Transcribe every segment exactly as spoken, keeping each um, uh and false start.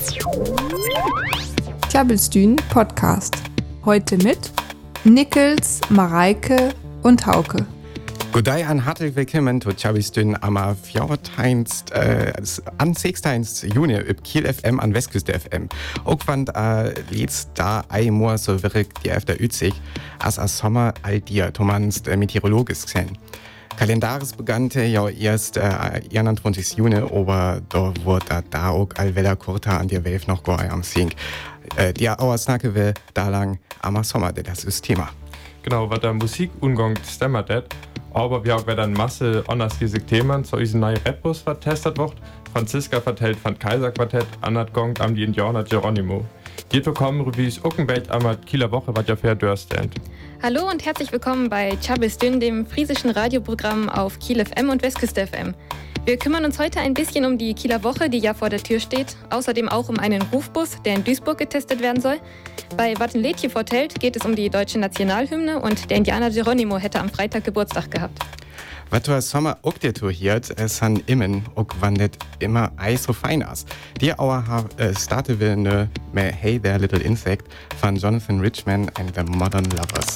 Klabbelstühn Podcast. Heute mit Nickels, Mareike und Hauke. Godei an hartelijk willkommen zu Klabbelstühn am vierzehnten äh, an sechzehnten Juni über Kiel F M an Westküste F M. Auch wenn äh, jetzt da einmal so wirkt die auf der Ützig, als als Sommer all dir, Thomas äh, meteorologisch gesehen. Kalendarisch begann ja erst äh, einundzwanzigsten Juni, aber da wurde da auch allweller kurzer an der Welt noch gar am Sink. Äh, die Auersnacke will da lang am Sommer, das ist das Thema. Genau, was der Musik umgeht, stemmt das. Aber wir haben wieder eine Masse anders riesige Themen. Zu unserem neuen Redbus vertestet wird. Franziska vertellt von Kaiser Quartett, Annat Gong am die Indianer Geronimo. Hier bekommen Rubis Uckenbelt am Kieler Woche, was ja für Dörrstand. Hallo und herzlich willkommen bei Klabbelstühn, dem friesischen Radioprogramm auf Kiel F M und Westküste F M. Wir kümmern uns heute ein bisschen um die Kieler Woche, die ja vor der Tür steht. Außerdem auch um einen Rufbus, der in Duisburg getestet werden soll. Bei Wattenlädje vertellt geht es um die deutsche Nationalhymne und der Indianer Geronimo hätte am Freitag Geburtstag gehabt. Was du als Sommer auch dir hier, es han immen, auch wenn das immer eis so fein ist. Die Auer äh, starten will ne mehr Hey There Little Insect von Jonathan Richman and the Modern Lovers.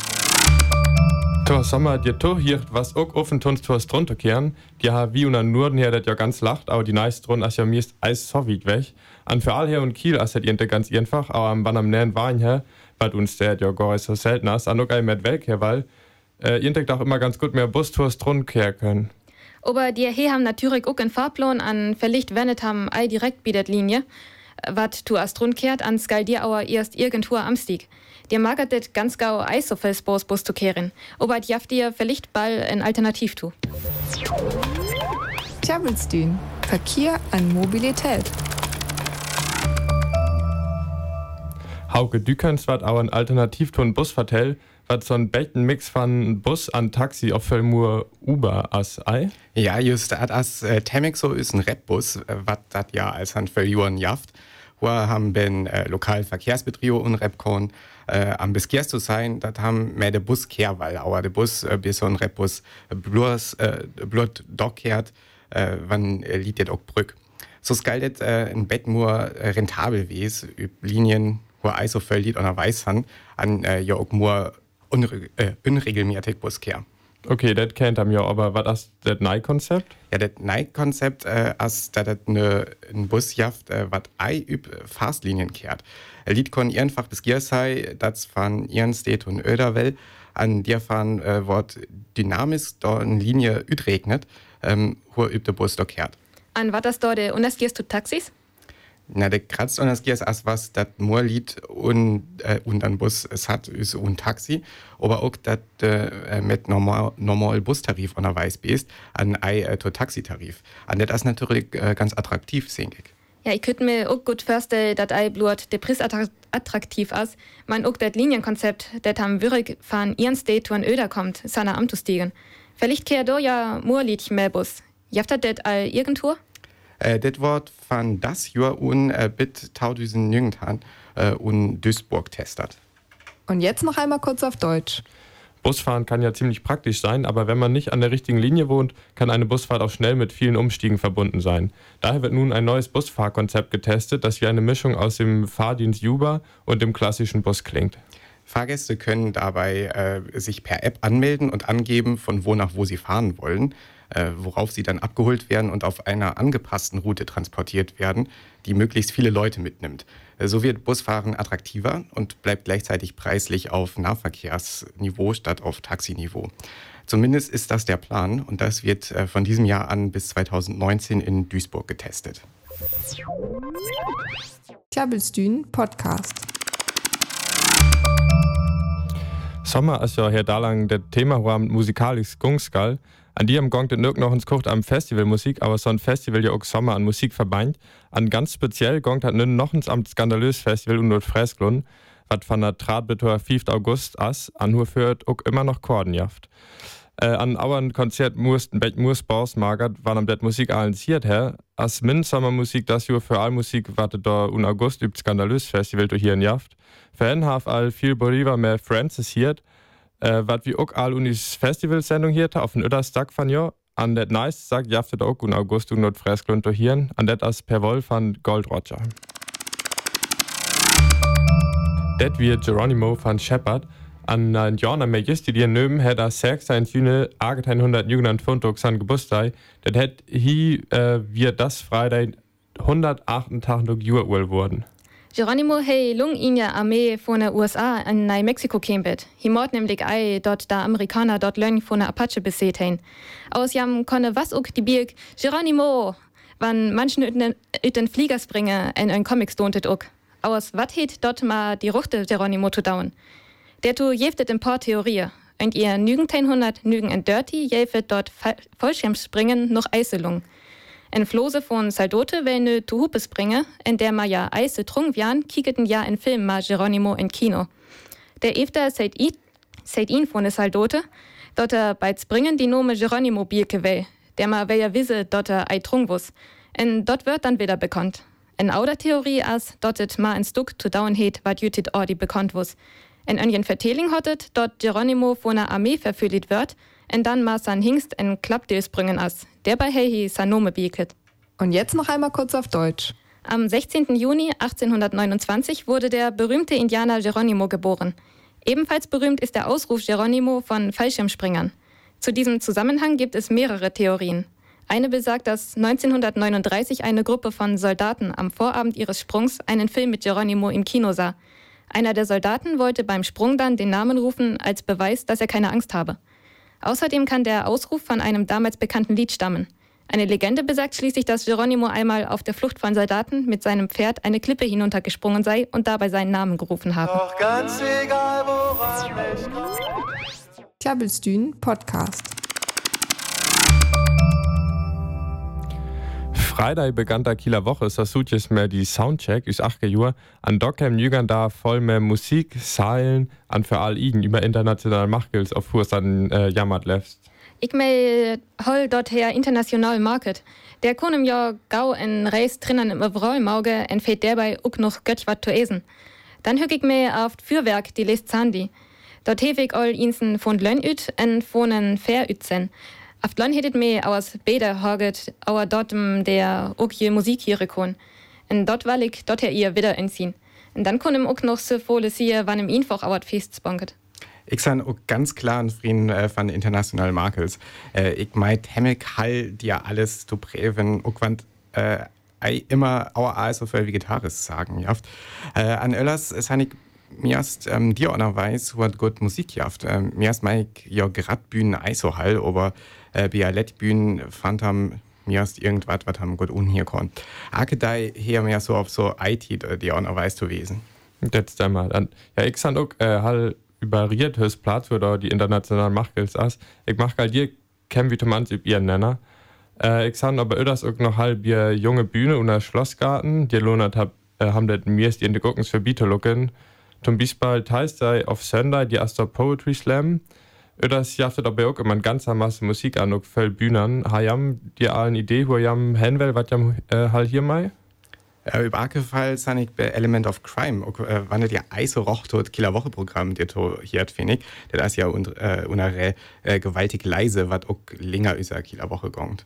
Tor Sommer, dir to hier, was auch offen tun, tu hast drunter kehren. Die ha wie unter Norden her, das ja ganz lacht, aber die nice drun, as ja mir ist eis so weit weg. An für all her und Kiel, as das ihr ganz einfach, aber am wann am nähen waren her, wat uns der ja gar so selten as, an auch ein mit weg her, weil äh, ihr denkt auch immer ganz gut mehr Bustours drunter kehren können. Aber die hier haben natürlich auch einen Fahrplan an verlegt, wenn es haben all direkt bei der Linie. Wat tu as drun kehrt, an skal dir auer erst irgendwo am Stieg. Dir magert det ganz gau eis so viel Bus Bus zu kehren. Aber die haft dir vielleicht bald ein Alternativ tu. Klabbelstühn. Verkehr an Mobilität. Hauke, du kannst wat auch ein Alternativ zu einem Bus vertellen, was so ein besten Mix von Bus an Taxi auf nur Uber as ei? Ja, just das as äh, Temix so ist ein Redbus, äh, was das ja als han für Joren jaft. Wir haben den äh, lokalen Verkehrsbetrieb und Repcon äh, am Beskiers zu sein, das haben mehr der Bus kehr, weil aber der Bus äh, bis so ein Redbus bloß äh, blut doch kehrt, äh, wann äh, liegt jetzt auch Brück. So skaldet äh, ein Bett nur äh, rentabel wes, üb Linien, wo Eis so voll liegt und weiß han, an äh, ja auch nur unre äh, unregelmäßig Buskehr. Okay, das kennt am ja, aber was ist das neue Konzept? Ja, das neue Konzept äh, ist, dass das ne, ein Bus jaft, äh, was ei üb Fastlinien kehrt. Er liegt kon einfach bis Giersei, das von Ehrenstedt und Öderwell, an der fahren äh, Wort dynamisch da eine Linie üdregnet, ähm, wo üb der Bus da kehrt. An wat das dort und das gehst du Taxis? Na, der kratzt und das geht als was das nur Lied und äh, und ein Bus es hat ist ein Taxi, aber auch das äh, mit normal normal Bustarif an der Weiß bist an ein äh, Taxitarif. An das ist natürlich äh, ganz attraktiv, denke ich. Ja, ich könnte mir auch gut vorstellen, dass ein Blut der Preis attraktiv ist. Man auch das Linienkonzept, das am Würig von Ehrenstedt zu an Öder kommt, seiner Amtustigen. Vielleicht kehrt da ja more Lied mehr Bus. Jaft das all irgendwo? Äh, das Wort von das Jahr und äh, bit tausend Jüngtan äh, und Duisburg testet. Und jetzt noch einmal kurz auf Deutsch. Busfahren kann ja ziemlich praktisch sein, aber wenn man nicht an der richtigen Linie wohnt, kann eine Busfahrt auch schnell mit vielen Umstiegen verbunden sein. Daher wird nun ein neues Busfahrkonzept getestet, das wie eine Mischung aus dem Fahrdienst Uber und dem klassischen Bus klingt. Fahrgäste können dabei äh, sich per App anmelden und angeben, von wo nach wo sie fahren wollen, äh, worauf sie dann abgeholt werden und auf einer angepassten Route transportiert werden, die möglichst viele Leute mitnimmt. Äh, so wird Busfahren attraktiver und bleibt gleichzeitig preislich auf Nahverkehrsniveau statt auf Taxiniveau. Zumindest ist das der Plan und das wird äh, von diesem Jahr an bis zweitausendneunzehn in Duisburg getestet. Klabbelstühn Podcast. Sommer ist ja hier da lang das Thema, wo am musikalisch Gungskal. An die am Gong den Nirk noch ins Kocht am Festivalmusik, aber so ein Festival ja auch Sommer an Musik verbindet. An ganz speziell Gong hat nun noch ins am Skandalös Festival und dort Fresklun, was von der Tratbetor fünften August as an nur führt auch immer noch Kordenjaft. Äh, an auern Konzert mussten Bett Murs Baus magert, waren am det Musik arrangiert her. As min Sommermusik das Jahr für all Musik wartet da un August übt Skandalös Festival durch hier in Jaft. Fan haf all viel Boriva mehr Francis hier, äh, wat wie auch all unis Festivalsendung hier auf den Öderstag von jo. An det nice sagt jaftet auch un August und not Fresklund durch hier. An det as per Wolf von Gold Roger. Det wie Geronimo van Shepard. An ein Jahr mehr just die nöben hat er sechzehn Juni achtzehnhundertneunundfünfzig sein Geburtstag. Das hat hier äh, wir das Freitag hundertachtundachtzig Jahre alt worden. Geronimo hei lung in der Armee von den U S A in Mexiko kämpft. Hi mord nämlich ei dort da Amerikaner dort löng von der Apache beset hein. Aus jam konne was ook die Birk Geronimo, wann manchen ut den Flieger springen in ein Comic stontet ook. Aus wat het dort ma die Ruchte Geronimo zu dauen. Der tu jeftet ein paar Theorien. Und ihr neunzehnhundert nügen en Dirty jeftet dort Fallschirmspringen noch Eiselung. En Flose von Saldote will ne zu Hupe springen, in der ma ja Eise trung wian, kieketen ja en Film ma Geronimo in Kino. Der Efter seid ihn von ne Saldote, dort er bei Springen die Nome Geronimo Bierke will, der ma will ja wisse dort er ei trung wus. En dort wird dann wieder bekannt. En ouder Theorie as dort et ma en Stück zu dauen het, wat jütit ordi bekannt wus. En önjen Vertelling hottet, dort Geronimo von der Armee verführt wird, und dann ma san Hingst en Klappdeels bringen as. Der bei Hehi san Nome bieket. Und jetzt noch einmal kurz auf Deutsch. Am sechzehnten Juni achtzehnhundertneunundzwanzig wurde der berühmte Indianer Geronimo geboren. Ebenfalls berühmt ist der Ausruf Geronimo von Fallschirmspringern. Zu diesem Zusammenhang gibt es mehrere Theorien. Eine besagt, dass neunzehnhundertneununddreißig eine Gruppe von Soldaten am Vorabend ihres Sprungs einen Film mit Geronimo im Kino sah. Einer der Soldaten wollte beim Sprung dann den Namen rufen, als Beweis, dass er keine Angst habe. Außerdem kann der Ausruf von einem damals bekannten Lied stammen. Eine Legende besagt schließlich, dass Geronimo einmal auf der Flucht von Soldaten mit seinem Pferd eine Klippe hinuntergesprungen sei und dabei seinen Namen gerufen habe. Doch ganz egal, woran ich komme. Klabbelstühn Podcast. Freitag begann der Kieler Woche, so sut jetzt mehr die Soundcheck ist acht Uhr. An Dockham Jügern da voll mehr Musik, Seilen, an für all Igen über internationale Machtgilds auf Kurs an äh, jammert lässt. Ich mei hol dort her international Market. Der kun im Jahr gau en Reis drinnen im Overall Mauge en fehlt dabei ook noch götsch wat zu essen. Dann hück ich mir auf Fürwerk die lest Zandi. Dort hef ich all insen von Lönn üt en von en Fair ützen. Auf Lönn hättet mir aus Bäder haget, auer dort der ook je Musik hier kon. En dort weil ich dort her ihr wieder entziehen. Und dann kun im ook noch so volle sie, wann im Infach auert Fest sponket. Ich san auch ganz klar ein Frieden äh, von internationalen Markels. Äh, ich meint Hemmig Hall, die ja alles zu präven, auch wenn äh, ich immer auch so viel Vegetaris sagen jaft. Äh, an Öllers ist ich mir erst ähm, dir auch noch weiß, wo gut Musik jaft. Ähm, mir erst mein ich ja grad Bühnen Eiso Hall, aber äh, Bialettbühnen fand ham mir erst irgendwas, was ham gut unhier kon. Akedei hier mehr so auf so I T, die auch noch weiß zu wesen. Jetzt einmal an. Ja, ich san auch äh, Hall überriert höchst Platz für die internationalen Machtgilds as. Ich mach halt dir kein Vitamans über ihren Nenner. Äh, ich san aber öders auch noch halb ihr junge Bühne und der Schlossgarten. Die Lohnert hab, äh, haben das mir die in die Guckens für Biete lucken. Zum Beispiel teils sei auf Sunday die Astor Poetry Slam. Öders jaftet aber auch immer eine ganze Masse Musik an und voll Bühnen. Hayam die allen Idee, wo jam Henwell, was jam äh, halt hier mal? Äh, über Akefall san ich bei Element of Crime, auch, äh, wann der Eise roch tot Kieler Woche Programm, der to hier hat find ich, der ist ja un, äh, unere äh, gewaltig leise, was auch länger über Kieler Woche gongt.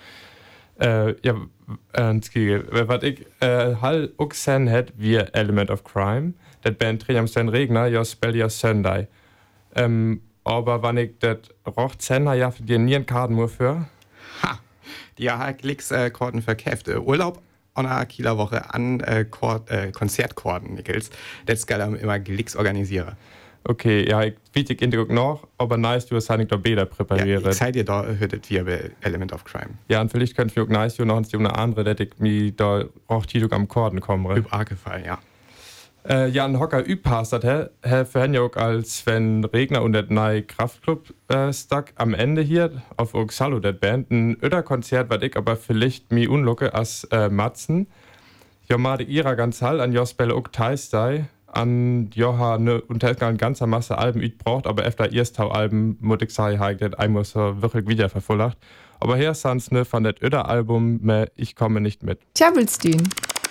Äh, ja, äh, was ich äh, halt auch sen hat wie Element of Crime, das Band Triam Sen Regner, ja spell ja Sunday. Ähm, aber wenn ich das roch Senna ja für dir nie ein Karten nur für? Ha, die hat Klicks äh, Karten verkauft. Äh, Urlaub an einer Kieler Woche an äh, Kord, äh, Konzertkorten, Nickels. Das kann ich immer Glicks organisieren. Okay, ja, ich biete ich Indruck noch, aber nice, du hast nicht da Bäder präpariert. Ja, ich zeig dir da, hörtet wir bei Element of Crime. Ja, und vielleicht könnt ihr auch nice, du noch eine andere, dass ich mir da auch die am Korden komme. Üb Arkefall, ja. Äh, ja, ein Hocker übpasst hat, he, für ihn ja auch als Sven Regner und der neue Kraftclub äh, stuck am Ende hier auf Oxalo, der Band. Ein öder Konzert, was ich aber vielleicht mir unlocke als äh, Matzen. Ja, mal die ihrer ganz Hall an Jospel auch teils sei. An Joha ne und eine ganze Masse Alben üt braucht, aber öfter erstau Alben, muss ich sagen, habe ich das einmal so wirklich wieder verfolgt. Aber hier sans ne von das öder Album, mehr Ich komme nicht mit. Klabbelstühn.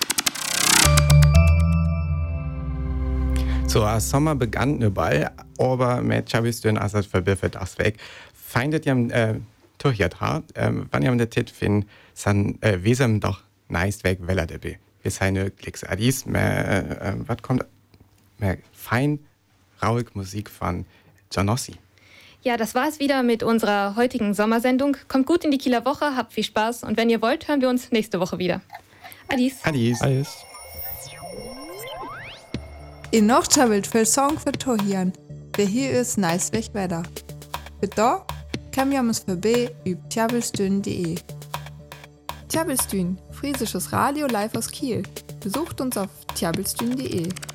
So, als Sommer begann ne Ball, aber mit Chabistön Assad verbiffet das weg. Feindet jam, äh, Turchiat ha, ähm, wann jam der Tit fin, san, äh, wesem doch nice weg, weller de be. Wir seine Klicks Adis, mehr, äh, was kommt? mehr fein, rauig Musik von Gianossi. Ja, das war es wieder mit unserer heutigen Sommersendung. Kommt gut in die Kieler Woche, habt viel Spaß und wenn ihr wollt, hören wir uns nächste Woche wieder. Adis. Adis. Adis. In noch tjabelt viel Song für Tohian. Wir hier ist nice weg Wetter. Für da kann wir uns vorbei über tjabelstün punkt de. Tjabelstün, friesisches Radio live aus Kiel. Besucht uns auf tjabelstün punkt de.